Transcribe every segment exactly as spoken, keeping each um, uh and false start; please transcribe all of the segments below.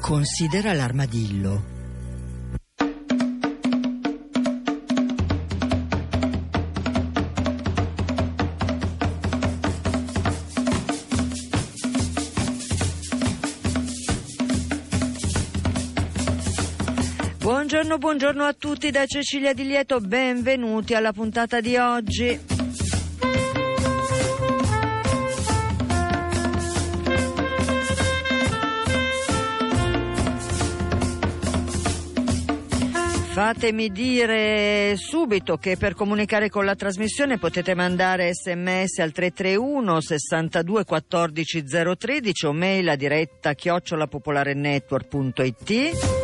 Considera l'armadillo. Buongiorno, buongiorno a tutti da Cecilia Di Lieto, benvenuti alla puntata di oggi. Fatemi dire subito che per comunicare con la trasmissione potete mandare sms al tre tre uno sessantadue quattordici zero tredici o mail a diretta chiocciola popolarenetwork punto it.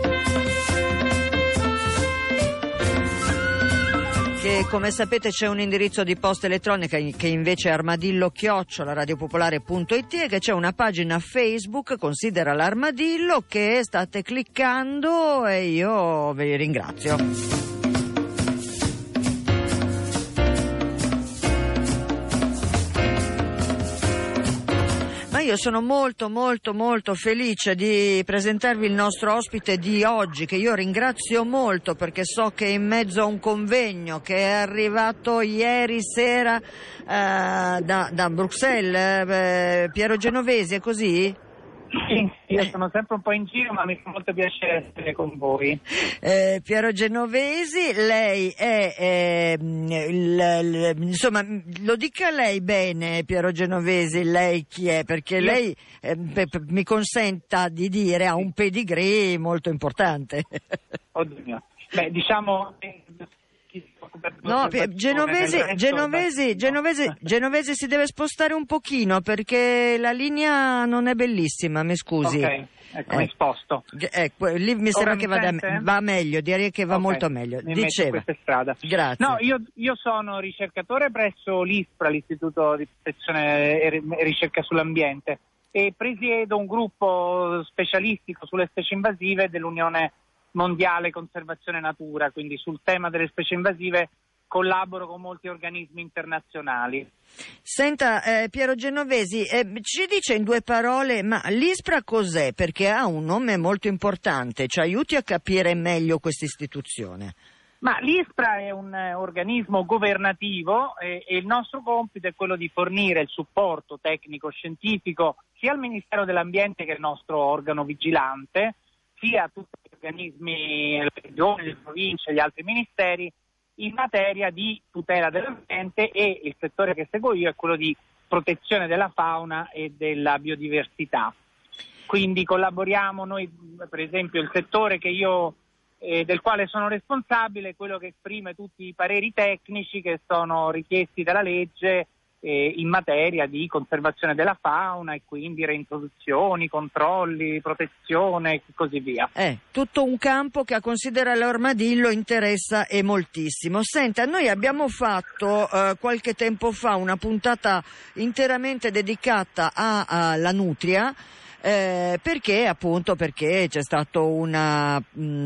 Che come sapete c'è un indirizzo di posta elettronica che invece è armadillo chiocciola radiopopolare punto it e che c'è una pagina Facebook, Considera l'armadillo, che state cliccando e io vi ringrazio. Io sono molto molto molto felice di presentarvi il nostro ospite di oggi, che io ringrazio molto perché so che è in mezzo a un convegno che è arrivato ieri sera eh, da, da Bruxelles. Eh, Piero Genovesi, è così? Sì, io sono sempre un po' in giro, ma mi fa molto piacere essere con voi. Eh, Piero Genovesi, lei è, eh, il, il, insomma, lo dica lei bene, Piero Genovesi, lei chi è? Perché io... lei, eh, pe, pe, mi consenta di dire, ha un pedigree molto importante. Oddio, beh, diciamo... No, Genovesi, Genovesi, Genovesi, Genovesi si deve spostare un pochino perché la linea non è bellissima, mi scusi. Ok, ecco, mi sposto. Ecco, lì mi sembra che vada, va meglio, direi che va okay, molto meglio. Mi Diceva. Questa strada. Grazie. No, io, io sono ricercatore presso l'ISPRA, l'Istituto di Protezione e Ricerca sull'Ambiente, e presiedo un gruppo specialistico sulle specie invasive dell'Unione Mondiale Conservazione Natura, quindi sul tema delle specie invasive collaboro con molti organismi internazionali. Senta, eh, Piero Genovesi, eh, ci dice in due parole, ma l'ISPRA cos'è? Perché ha un nome molto importante, ci aiuti a capire meglio questa istituzione. Ma l'ISPRA è un eh, organismo governativo e, e il nostro compito è quello di fornire il supporto tecnico-scientifico sia al Ministero dell'Ambiente, che è il nostro organo vigilante, sia a tutti gli organismi, le regioni, le province e gli altri ministeri in materia di tutela dell'ambiente, e il settore che seguo io è quello di protezione della fauna e della biodiversità. Quindi collaboriamo noi, per esempio il settore che io eh, del quale sono responsabile è quello che esprime tutti i pareri tecnici che sono richiesti dalla legge in materia di conservazione della fauna, e quindi reintroduzioni, controlli, protezione e così via. È tutto un campo che a Considera l'armadillo interessa e moltissimo. Senta, noi abbiamo fatto eh, qualche tempo fa una puntata interamente dedicata alla nutria. Eh, perché appunto perché c'è stata una,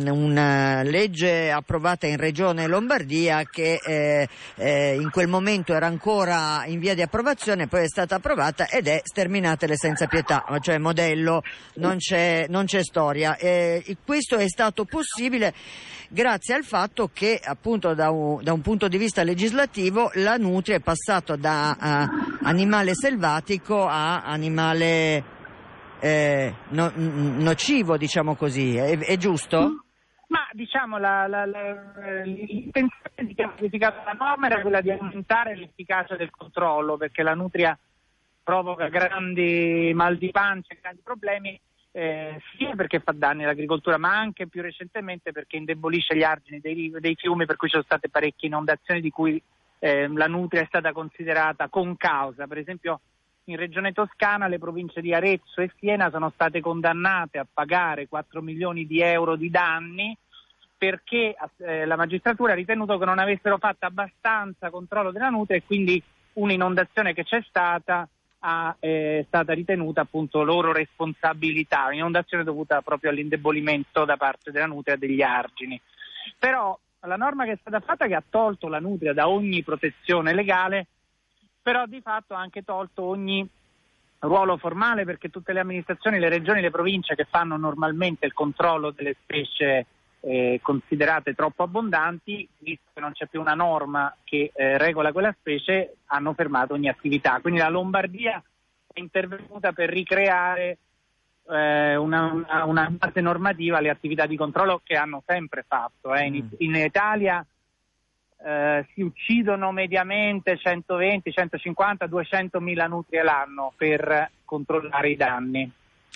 una legge approvata in Regione Lombardia che eh, eh, in quel momento era ancora in via di approvazione, poi è stata approvata ed è sterminatele senza pietà, cioè modello, non c'è, non c'è storia. Eh, questo è stato possibile grazie al fatto che appunto da un, da un punto di vista legislativo la nutria è passata da uh, animale selvatico a animale Eh, no, nocivo, diciamo così, è, è giusto? Ma diciamo la, la, la, l'intenzione di chi ha modificato la norma era quella di aumentare l'efficacia del controllo, perché la nutria provoca grandi mal di pancia, grandi problemi, eh, sia perché fa danni all'agricoltura, ma anche più recentemente perché indebolisce gli argini dei, dei fiumi, per cui ci sono state parecchie inondazioni di cui eh, la nutria è stata considerata concausa. Per esempio in Regione Toscana le province di Arezzo e Siena sono state condannate a pagare quattro milioni di euro di danni perché eh, la magistratura ha ritenuto che non avessero fatto abbastanza controllo della nutria, e quindi un'inondazione che c'è stata ha, eh, è stata ritenuta appunto loro responsabilità, un'inondazione dovuta proprio all'indebolimento da parte della nutria degli argini. Però la norma che è stata fatta, che ha tolto la nutria da ogni protezione legale, però di fatto ha anche tolto ogni ruolo formale perché tutte le amministrazioni, le regioni, le province che fanno normalmente il controllo delle specie eh, considerate troppo abbondanti, visto che non c'è più una norma che eh, regola quella specie, hanno fermato ogni attività. Quindi la Lombardia è intervenuta per ricreare eh, una, una, una base normativa alle attività di controllo che hanno sempre fatto. Eh. In, in Italia eh, si uccidono mediamente centoventi, centocinquanta, duecentomila nutrie l'anno per controllare i danni.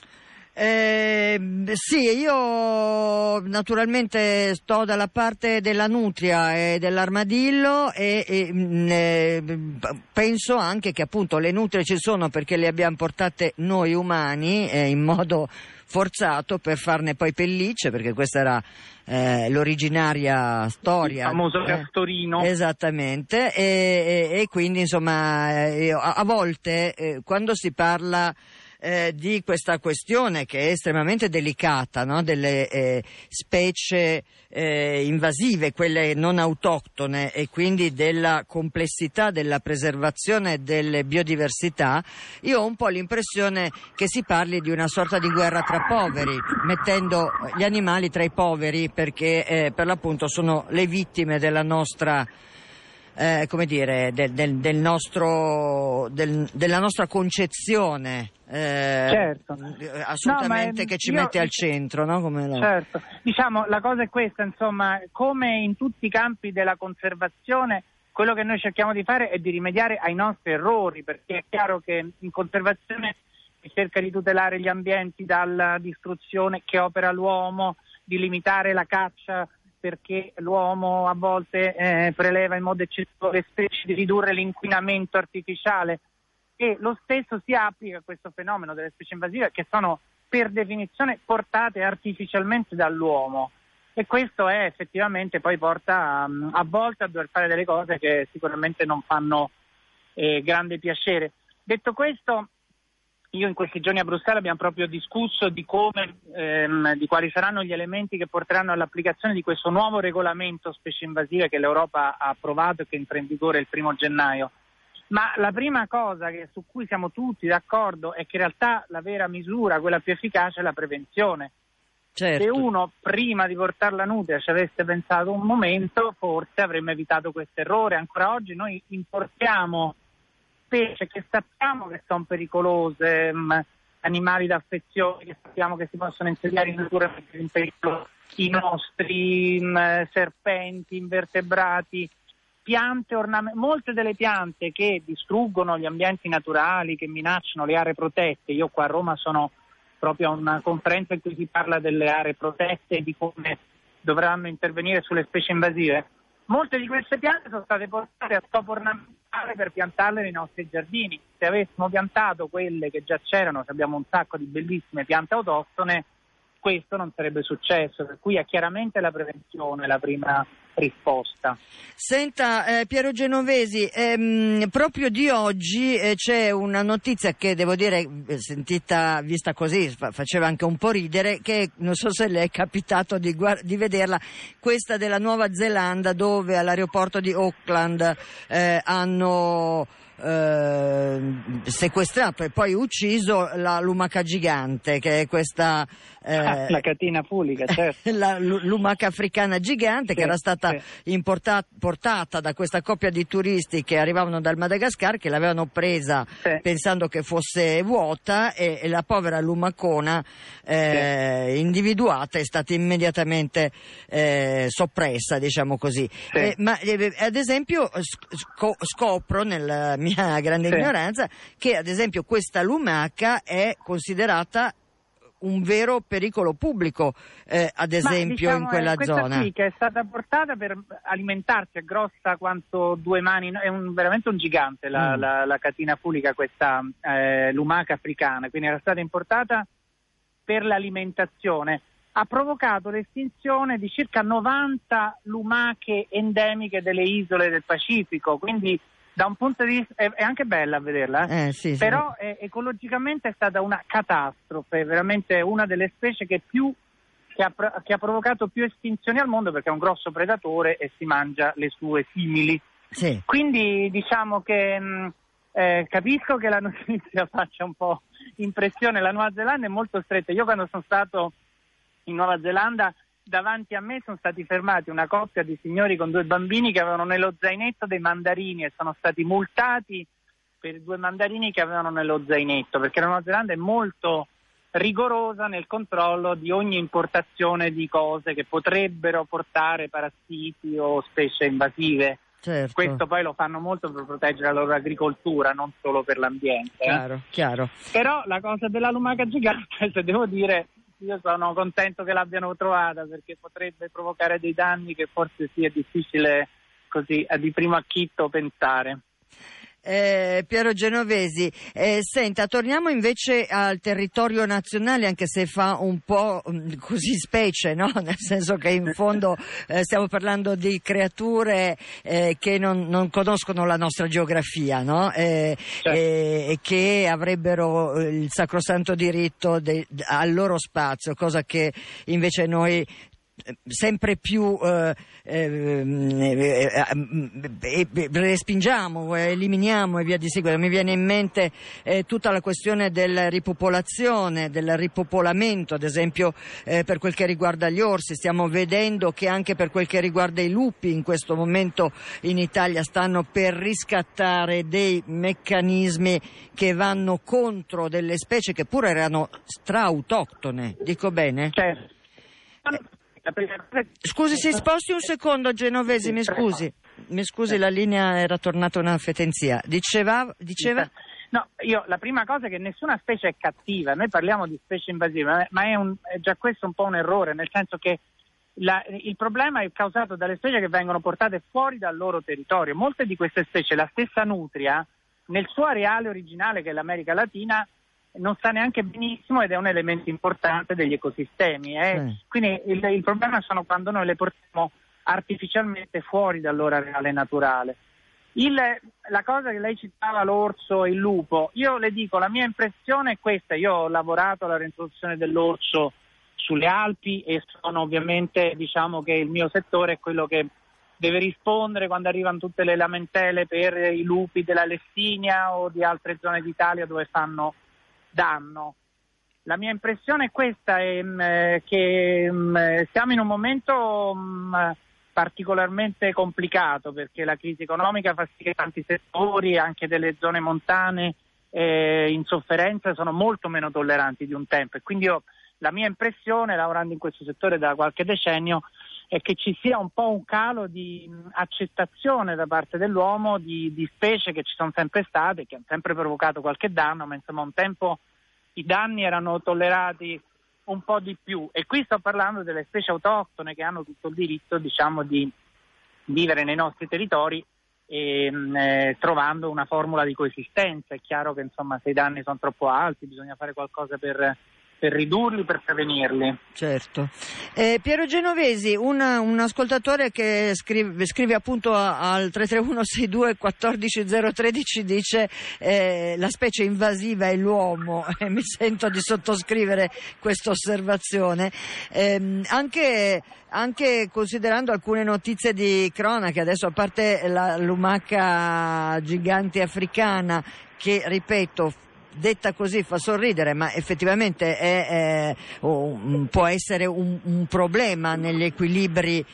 Eh, sì, io naturalmente sto dalla parte della nutria e dell'armadillo e, e eh, penso anche che appunto le nutrie ci sono perché le abbiamo portate noi umani eh, in modo forzato per farne poi pellicce, perché questa era eh, l'originaria storia. Il famoso castorino. Eh, esattamente, e, e, e quindi insomma eh, a, a volte eh, quando si parla Eh, di questa questione che è estremamente delicata, no? Delle eh, specie eh, invasive, quelle non autoctone, e quindi della complessità della preservazione delle biodiversità, io ho un po' l'impressione che si parli di una sorta di guerra tra poveri, mettendo gli animali tra i poveri perché eh, per l'appunto sono le vittime della nostra Eh, come dire, del, del, del nostro, del, della nostra concezione eh, certo. assolutamente no, è, che ci io, mette al centro, no? Come la... Certo, diciamo la cosa è questa, insomma, come in tutti i campi della conservazione, quello che noi cerchiamo di fare è di rimediare ai nostri errori, perché è chiaro che in conservazione si cerca di tutelare gli ambienti dalla distruzione che opera l'uomo, di limitare la caccia perché l'uomo a volte eh, preleva in modo eccessivo le specie, di ridurre l'inquinamento artificiale, e lo stesso si applica a questo fenomeno delle specie invasive che sono per definizione portate artificialmente dall'uomo, e questo è effettivamente poi porta um, a volte a dover fare delle cose che sicuramente non fanno eh, grande piacere. Detto questo, io in questi giorni a Bruxelles abbiamo proprio discusso di come, ehm, di quali saranno gli elementi che porteranno all'applicazione di questo nuovo regolamento specie invasive che l'Europa ha approvato e che entra in vigore il primo gennaio. Ma la prima cosa che, su cui siamo tutti d'accordo è che in realtà la vera misura, quella più efficace, è la prevenzione. Certo. Se uno prima di portare la nutria ci avesse pensato un momento, forse avremmo evitato questo errore. Ancora oggi noi importiamo specie che sappiamo che sono pericolose, mh, animali d'affezione che sappiamo che si possono insediare in natura in pericolo, i nostri mh, serpenti, invertebrati, piante ornamentali, molte delle piante che distruggono gli ambienti naturali, che minacciano le aree protette. Io qua a Roma sono proprio a una conferenza in cui si parla delle aree protette e di come dovranno intervenire sulle specie invasive. Molte di queste piante sono state portate a scopo ornamentale per piantarle nei nostri giardini. Se avessimo piantato quelle che già c'erano, se abbiamo un sacco di bellissime piante autoctone, questo non sarebbe successo, per cui è chiaramente la prevenzione la prima risposta. Senta eh, Piero Genovesi, ehm, proprio di oggi eh, c'è una notizia che devo dire, sentita, vista così, fa- faceva anche un po' ridere, che non so se le è capitato di, guard- di vederla, questa della Nuova Zelanda, dove all'aeroporto di Auckland eh, hanno Eh, sequestrato e poi ucciso la lumaca gigante, che è questa eh, ah, la catena fulica, certo. la lumaca africana gigante, sì, che era stata sì. importata, portata da questa coppia di turisti che arrivavano dal Madagascar, che l'avevano presa sì. pensando che fosse vuota, e, e la povera lumacona eh, sì. individuata è stata immediatamente eh, soppressa, diciamo così. Sì. Eh, ma eh, ad esempio sc- scopro nella mia grande sì. ignoranza che ad esempio questa lumaca è considerata un vero pericolo pubblico, eh, ad esempio, diciamo, in quella questa zona. Qui, che è stata portata per alimentarsi, è grossa quanto due mani, è un, veramente un gigante la, mm. la, la catena fulica, questa eh, lumaca africana, quindi era stata importata per l'alimentazione. Ha provocato l'estinzione di circa novanta lumache endemiche delle isole del Pacifico, quindi da un punto di vista è, è anche bella a vederla, eh? Eh, sì, però sì. È, ecologicamente è stata una catastrofe, veramente una delle specie che più che ha, che ha provocato più estinzioni al mondo, perché è un grosso predatore e si mangia le sue simili. Sì. Quindi diciamo che mh, eh, capisco che la notizia faccia un po' impressione. La Nuova Zelanda è molto stretta. Io quando sono stato in Nuova Zelanda, davanti a me sono stati fermati una coppia di signori con due bambini che avevano nello zainetto dei mandarini e sono stati multati per i due mandarini che avevano nello zainetto, perché la Nuova Zelanda è molto rigorosa nel controllo di ogni importazione di cose che potrebbero portare parassiti o specie invasive. Certo. Questo poi lo fanno molto per proteggere la loro agricoltura, non solo per l'ambiente. Chiaro, eh. chiaro. Però la cosa della lumaca gigante, se devo dire, io sono contento che l'abbiano trovata, perché potrebbe provocare dei danni che forse sia difficile così di primo acchito pensare. Eh, Piero Genovesi, eh, senta, torniamo invece al territorio nazionale, anche se fa un po' mh, così specie, no? Nel senso che in fondo eh, stiamo parlando di creature eh, che non, non conoscono la nostra geografia, no? Eh, certo. E eh, che avrebbero il sacrosanto diritto de, de, al loro spazio, cosa che invece noi sempre più eh, eh, eh, eh, respingiamo, eliminiamo e via di seguito. Mi viene in mente eh, tutta la questione della ripopolazione, del ripopolamento, ad esempio eh, per quel che riguarda gli orsi. Stiamo vedendo che anche per quel che riguarda i lupi in questo momento in Italia stanno per riscattare dei meccanismi che vanno contro delle specie che pure erano stra-autoctone, dico bene? Certo. Scusi, si sposti un secondo, Genovesi, mi scusi. Mi scusi, la linea era tornata una fetenzia. Diceva, diceva? No, io la prima cosa è che nessuna specie è cattiva. Noi parliamo di specie invasive, ma è, un, è già questo un po' un errore, nel senso che la, il problema è causato dalle specie che vengono portate fuori dal loro territorio. Molte di queste specie, la stessa nutria, nel suo areale originale, che è l'America Latina, non sta neanche benissimo ed è un elemento importante degli ecosistemi. Eh? Sì. Quindi il, il problema sono quando noi le portiamo artificialmente fuori dal loro areale naturale. Il, la cosa che lei citava, l'orso e il lupo, io le dico, la mia impressione è questa. Io ho lavorato alla reintroduzione dell'orso sulle Alpi e sono ovviamente, diciamo che il mio settore è quello che deve rispondere quando arrivano tutte le lamentele per i lupi della Lessinia o di altre zone d'Italia dove fanno danno. La mia impressione è questa, è, mh, che mh, siamo in un momento mh, particolarmente complicato, perché la crisi economica fa sì che tanti settori, anche delle zone montane eh, in sofferenza, sono molto meno tolleranti di un tempo, e quindi io, la mia impressione, lavorando in questo settore da qualche decennio, è che ci sia un po' un calo di mh, accettazione da parte dell'uomo di, di specie che ci sono sempre state, che hanno sempre provocato qualche danno, ma insomma un tempo i danni erano tollerati un po' di più. E qui sto parlando delle specie autoctone che hanno tutto il diritto, diciamo, di vivere nei nostri territori e, mh, eh, trovando una formula di coesistenza. È chiaro che insomma se i danni sono troppo alti bisogna fare qualcosa per per ridurli, per prevenirli. Certo. Eh, Piero Genovesi, un, un ascoltatore che scrive, scrive appunto a, al tre tre uno sei due uno quattro zero uno tre dice eh, la specie invasiva è l'uomo, e mi sento di sottoscrivere questa osservazione. Eh, anche, anche considerando alcune notizie di cronaca, adesso a parte la lumaca gigante africana, che ripeto, detta così fa sorridere, ma effettivamente è, è, oh, può essere un, un problema negli equilibri,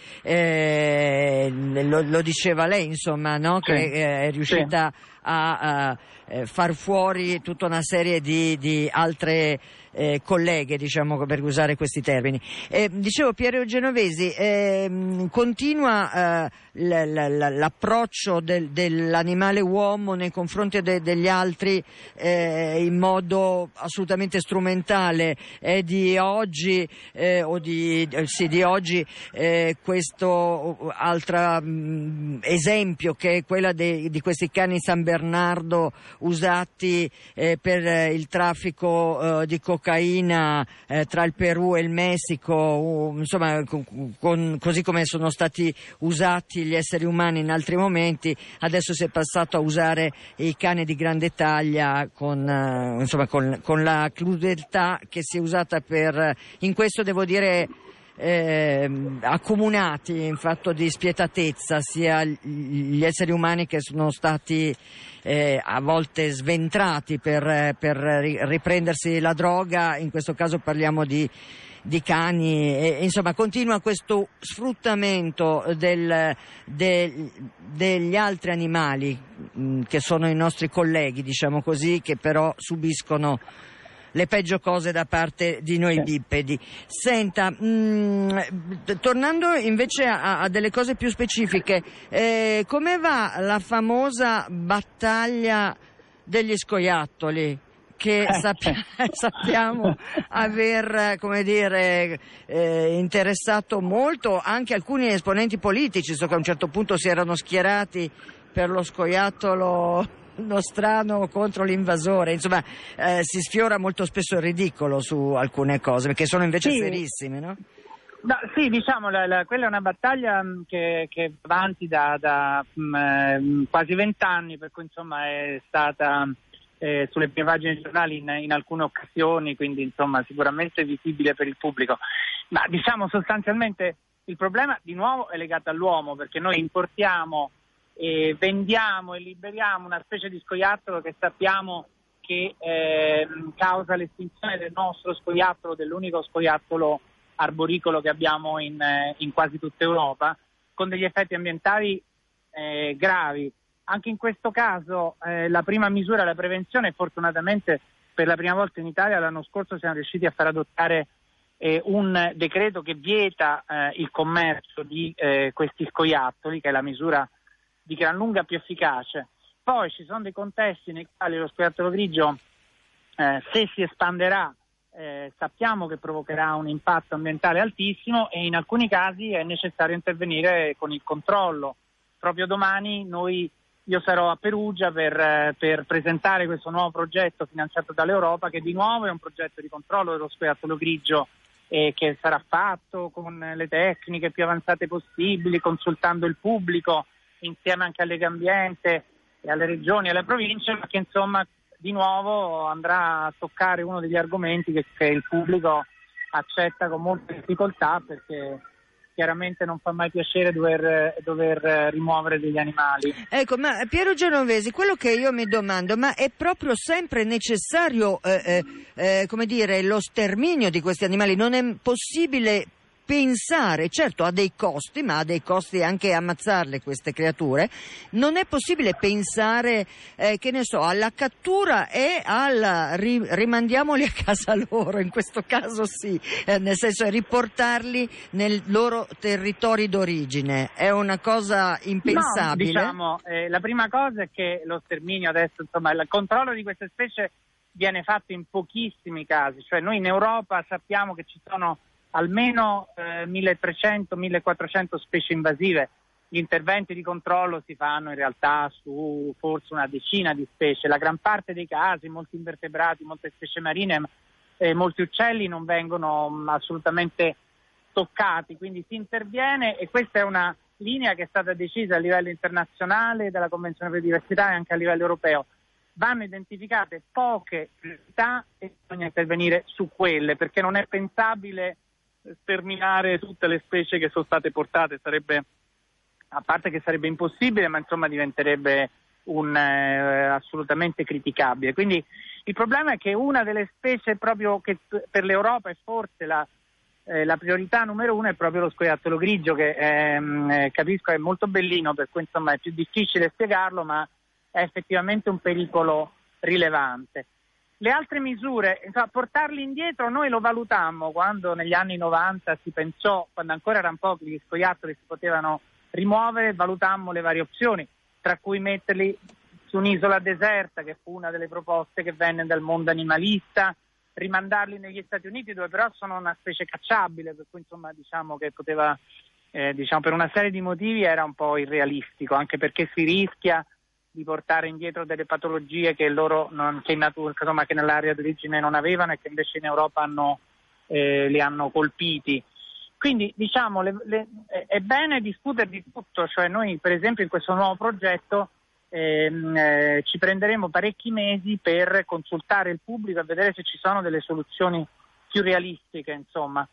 eh, lo, lo diceva lei, insomma, no? Sì. Che eh, è riuscita sì. a, a far fuori tutta una serie di, di altre eh, colleghe, diciamo, per usare questi termini. Eh, dicevo, Piero Genovesi, eh, continua eh, l- l- l'approccio del, dell'animale uomo nei confronti de- degli altri eh, in modo assolutamente strumentale. È di oggi eh, o di, eh, sì, di oggi eh, questo altro mh, esempio, che è quella de- di questi cani San Bernardo usati eh, per eh, il traffico eh, di cocaina eh, tra il Perù e il Messico, uh, insomma, con, con, così come sono stati usati gli esseri umani in altri momenti, adesso si è passato a usare i cani di grande taglia con, uh, insomma, con, con la crudeltà che si è usata per, in questo devo dire, eh, accomunati in fatto di spietatezza, sia gli esseri umani che sono stati eh, a volte sventrati per, per riprendersi la droga, in questo caso parliamo di di cani, e, insomma continua questo sfruttamento del, del, degli altri animali mh, che sono i nostri colleghi, diciamo così, che però subiscono le peggio cose da parte di noi bipedi. Senta, mh, tornando invece a, a delle cose più specifiche, eh, come va la famosa battaglia degli scoiattoli, che sappi- sappiamo aver, come dire, eh, interessato molto anche alcuni esponenti politici, so che a un certo punto si erano schierati per lo scoiattolo nostrano contro l'invasore, insomma eh, si sfiora molto spesso il ridicolo su alcune cose, perché sono invece sì. serissime, no? No, sì, diciamo, la, la, quella è una battaglia mh, che, che va avanti da, da mh, quasi vent'anni, per cui insomma è stata Eh, sulle prime pagine dei giornali in, in alcune occasioni, quindi insomma sicuramente visibile per il pubblico, ma diciamo sostanzialmente il problema di nuovo è legato all'uomo, perché noi importiamo e vendiamo e liberiamo una specie di scoiattolo che sappiamo che eh, causa l'estinzione del nostro scoiattolo, dell'unico scoiattolo arboricolo che abbiamo in, in quasi tutta Europa, con degli effetti ambientali eh, gravi. Anche in questo caso eh, la prima misura, la prevenzione, fortunatamente per la prima volta in Italia l'anno scorso siamo riusciti a far adottare eh, un decreto che vieta eh, il commercio di eh, questi scoiattoli, che è la misura di gran lunga più efficace. Poi ci sono dei contesti nei quali lo scoiattolo grigio, eh, se si espanderà, eh, sappiamo che provocherà un impatto ambientale altissimo e in alcuni casi è necessario intervenire con il controllo. Proprio domani noi Io sarò a Perugia per, per presentare questo nuovo progetto finanziato dall'Europa, che di nuovo è un progetto di controllo dello scoiattolo grigio eh, che sarà fatto con le tecniche più avanzate possibili, consultando il pubblico, insieme anche alla Lega Ambiente e alle regioni e alle province, ma che insomma di nuovo andrà a toccare uno degli argomenti che, che il pubblico accetta con molta difficoltà, perché chiaramente non fa mai piacere dover, dover rimuovere degli animali. Ecco, ma Piero Genovesi, quello che io mi domando, ma è proprio sempre necessario, eh, eh, come dire, lo sterminio di questi animali? Non è possibile pensare, certo ha dei costi, ma ha dei costi anche ammazzarle queste creature, non è possibile pensare, eh, che ne so, alla cattura e al ri, rimandiamoli a casa loro, in questo caso sì, eh, nel senso riportarli nel loro territorio d'origine, è una cosa impensabile? No, diciamo, eh, la prima cosa è che lo sterminio adesso, insomma, il controllo di queste specie viene fatto in pochissimi casi, cioè noi in Europa sappiamo che ci sono almeno eh, milletrecento millequattrocento specie invasive. Gli interventi di controllo si fanno in realtà su forse una decina di specie. La gran parte dei casi, molti invertebrati, molte specie marine, eh, molti uccelli non vengono mh, assolutamente toccati, quindi si interviene, e questa è una linea che è stata decisa a livello internazionale dalla Convenzione per la Biodiversità e anche a livello europeo. Vanno identificate poche priorità e bisogna intervenire su quelle, perché non è pensabile sterminare tutte le specie che sono state portate, sarebbe, a parte che sarebbe impossibile, ma insomma diventerebbe un eh, assolutamente criticabile. Quindi il problema è che una delle specie proprio che per l'Europa è forse la, eh, la priorità numero uno è proprio lo scoiattolo grigio, che ehm, eh, capisco è molto bellino, per cui insomma è più difficile spiegarlo, ma è effettivamente un pericolo rilevante. Le altre misure, insomma, portarli indietro noi lo valutammo quando negli anni novanta si pensò, quando ancora erano pochi gli scoiattoli si potevano rimuovere, valutammo le varie opzioni, tra cui metterli su un'isola deserta, che fu una delle proposte che venne dal mondo animalista, rimandarli negli Stati Uniti, dove però sono una specie cacciabile, per cui insomma diciamo che poteva, eh, diciamo per una serie di motivi era un po' irrealistico, anche perché si rischia di portare indietro delle patologie che loro non, che in natura, insomma, che nell'area d'origine non avevano e che invece in Europa hanno, eh, li hanno colpiti. Quindi diciamo le, le, è bene discutere di tutto, cioè noi per esempio in questo nuovo progetto ehm, eh, ci prenderemo parecchi mesi per consultare il pubblico e vedere se ci sono delle soluzioni più realistiche, insomma.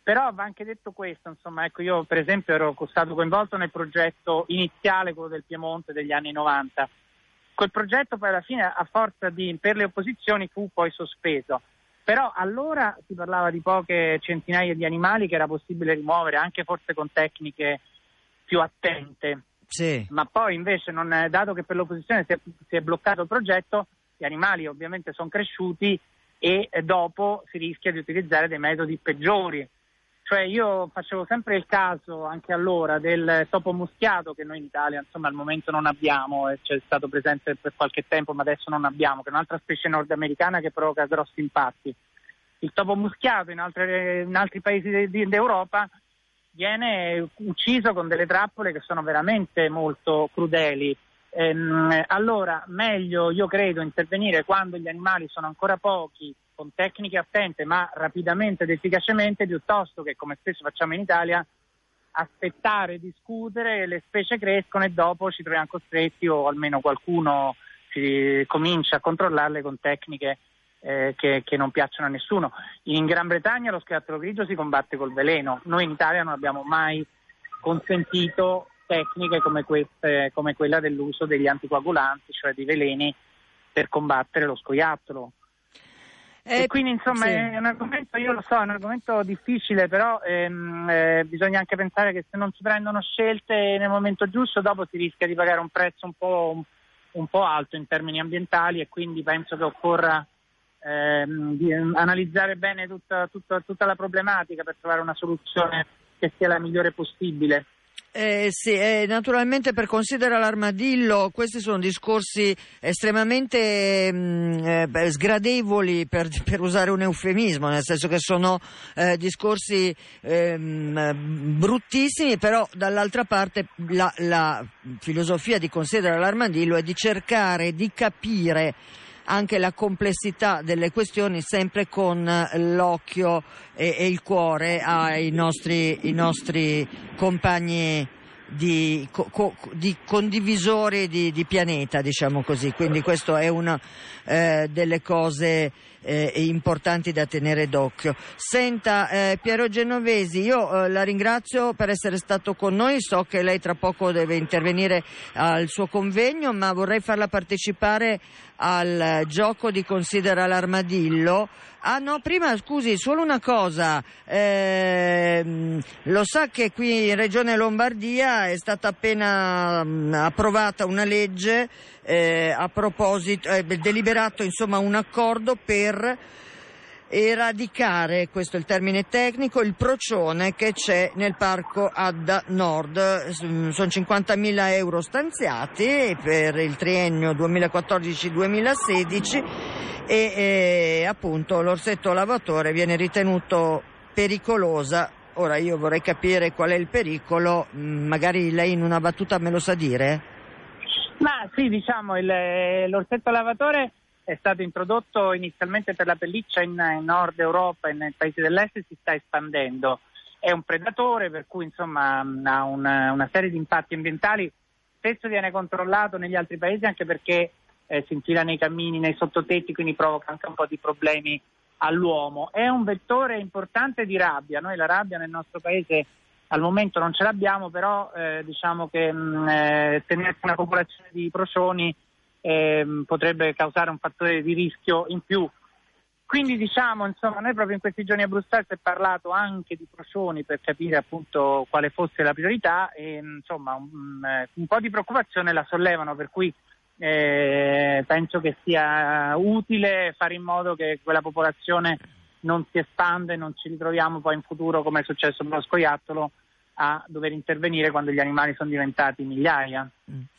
Però va anche detto questo, insomma, ecco, io per esempio ero stato coinvolto nel progetto iniziale, quello del Piemonte degli anni novanta. Quel progetto poi alla fine, a forza di, per le opposizioni, fu poi sospeso. Però allora si parlava di poche centinaia di animali che era possibile rimuovere, anche forse con tecniche più attente. Sì. Ma poi invece, non è, dato che per l'opposizione si è, si è bloccato il progetto, gli animali ovviamente sono cresciuti e dopo si rischia di utilizzare dei metodi peggiori. Cioè io facevo sempre il caso, anche allora, del topo muschiato, che noi in Italia insomma al momento non abbiamo, e c'è stato presente per qualche tempo ma adesso non abbiamo, che è un'altra specie nordamericana che provoca grossi impatti. Il topo muschiato in, altre, in altri paesi de, de, d'Europa viene ucciso con delle trappole che sono veramente molto crudeli. Ehm, allora meglio, io credo, intervenire quando gli animali sono ancora pochi, con tecniche attente ma rapidamente ed efficacemente, piuttosto che, come spesso facciamo in Italia, aspettare, discutere, le specie crescono e dopo ci troviamo costretti, o almeno qualcuno si comincia a controllarle con tecniche eh, che, che non piacciono a nessuno. In Gran Bretagna lo scoiattolo grigio si combatte col veleno, noi in Italia non abbiamo mai consentito tecniche come queste, come quella dell'uso degli anticoagulanti, cioè di veleni, per combattere lo scoiattolo. E quindi insomma sì. È un argomento, io lo so, è un argomento difficile, però ehm, eh, bisogna anche pensare che se non si prendono scelte nel momento giusto, dopo si rischia di pagare un prezzo un po', un, un po' alto in termini ambientali, e quindi penso che occorra ehm, di, analizzare bene tutta, tutta, tutta la problematica per trovare una soluzione che sia la migliore possibile. Eh, sì, eh, naturalmente per considerare l'armadillo questi sono discorsi estremamente mh, eh, sgradevoli, per, per usare un eufemismo, nel senso che sono eh, discorsi eh, bruttissimi, però dall'altra parte la, la filosofia di considerare l'armadillo è di cercare di capire anche la complessità delle questioni, sempre con l'occhio e, e il cuore ai nostri, i nostri compagni di, co, di condivisori di, di pianeta, diciamo così. Quindi questo è una eh, delle cose eh, importanti da tenere d'occhio. Senta, eh, Piero Genovesi, io eh, la ringrazio per essere stato con noi, so che lei tra poco deve intervenire al suo convegno, ma vorrei farla partecipare al gioco di Considera l'armadillo. Ah no, prima scusi, solo una cosa, eh, lo sa che qui in Regione Lombardia è stata appena mh, approvata una legge eh, a proposito, eh, deliberato insomma un accordo per eradicare, questo è il termine tecnico, il procione che c'è nel parco Adda Nord. Sono cinquantamila euro stanziati per il triennio duemilaquattordici duemilasedici e eh, appunto l'orsetto lavatore viene ritenuto pericolosa. Ora io vorrei capire qual è il pericolo, magari lei in una battuta me lo sa dire? Ma sì, diciamo, il, l'orsetto lavatore è stato introdotto inizialmente per la pelliccia in, in Nord Europa e nei paesi dell'est, e si sta espandendo. È un predatore, per cui insomma ha una, una serie di impatti ambientali. Spesso viene controllato negli altri paesi anche perché eh, si infila nei cammini, nei sottotetti, quindi provoca anche un po' di problemi all'uomo. È un vettore importante di rabbia. Noi la rabbia nel nostro paese al momento non ce l'abbiamo, però eh, diciamo che mh, eh, tenere una popolazione di procioni Eh, potrebbe causare un fattore di rischio in più. Quindi diciamo, insomma, noi proprio in questi giorni a Bruxelles si è parlato anche di procioni per capire appunto quale fosse la priorità, e insomma un, un po' di preoccupazione la sollevano, per cui eh, penso che sia utile fare in modo che quella popolazione non si espanda e non ci ritroviamo poi in futuro, come è successo per lo scoiattolo, a dover intervenire quando gli animali sono diventati migliaia.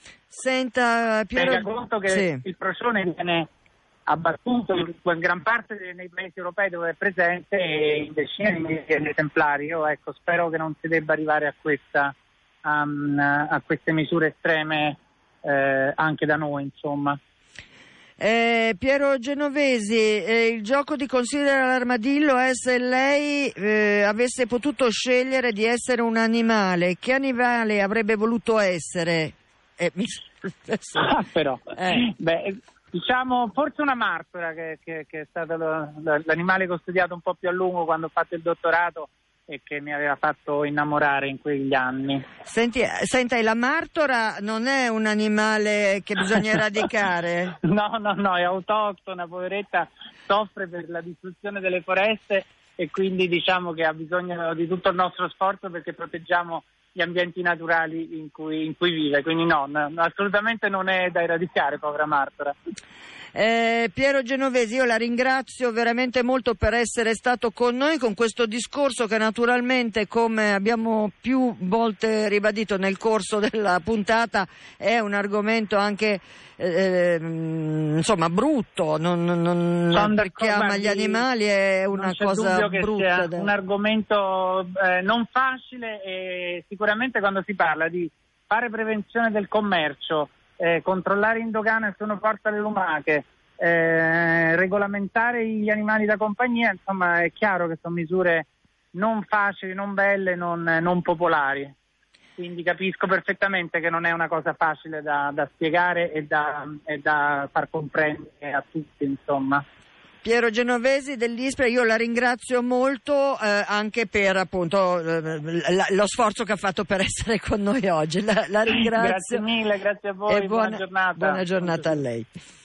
Senta, Piero... Tenga conto che sì. Il procione viene abbattuto in gran parte dei paesi europei dove è presente, e in decine di migliaia di esemplari. Io ecco, spero che non si debba arrivare a questa um, a queste misure estreme eh, anche da noi, insomma. Eh, Piero Genovesi, eh, il gioco di Considera l'armadillo è se lei eh, avesse potuto scegliere di essere un animale, che animale avrebbe voluto essere? Eh, mi... ah, però, eh. beh, diciamo forse una martora, che, che, che è stato lo, lo, l'animale che ho studiato un po' più a lungo quando ho fatto il dottorato, e che mi aveva fatto innamorare in quegli anni. Senti, senta, e la martora non è un animale che bisogna eradicare? No, no, no, è autoctona, poveretta, soffre per la distruzione delle foreste e quindi diciamo che ha bisogno di tutto il nostro sforzo perché proteggiamo gli ambienti naturali in cui, in cui vive, quindi no, no, assolutamente non è da eradicare, povera martora. Eh, Piero Genovesi, io la ringrazio veramente molto per essere stato con noi con questo discorso che naturalmente, come abbiamo più volte ribadito nel corso della puntata, è un argomento anche eh, insomma brutto, non, non perché ama gli animali è una cosa brutta. È un argomento eh, non facile e sicuramente quando si parla di fare prevenzione del commercio, Eh, controllare in dogana se uno porta le lumache, eh, regolamentare gli animali da compagnia, insomma è chiaro che sono misure non facili, non belle, non, non popolari. Quindi capisco perfettamente che non è una cosa facile da, da spiegare e da, e da far comprendere a tutti, insomma. Piero Genovesi dell'Ispra, io la ringrazio molto eh, anche per appunto eh, la, lo sforzo che ha fatto per essere con noi oggi. La, la ringrazio. Grazie mille, grazie a voi, e buona, buona giornata. Buona giornata a lei.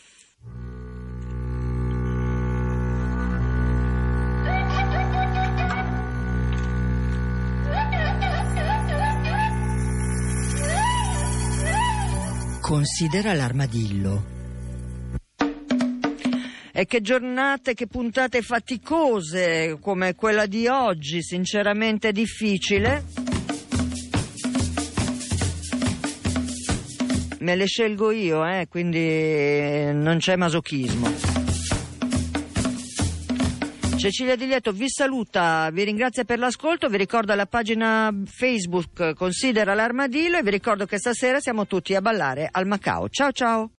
Considera l'armadillo. E che giornate, che puntate faticose come quella di oggi, sinceramente difficile. Me le scelgo io, eh, quindi non c'è masochismo. Cecilia Di Lieto vi saluta, vi ringrazia per l'ascolto, vi ricordo la pagina Facebook Considera l'armadillo e vi ricordo che stasera siamo tutti a ballare al Macao. Ciao ciao!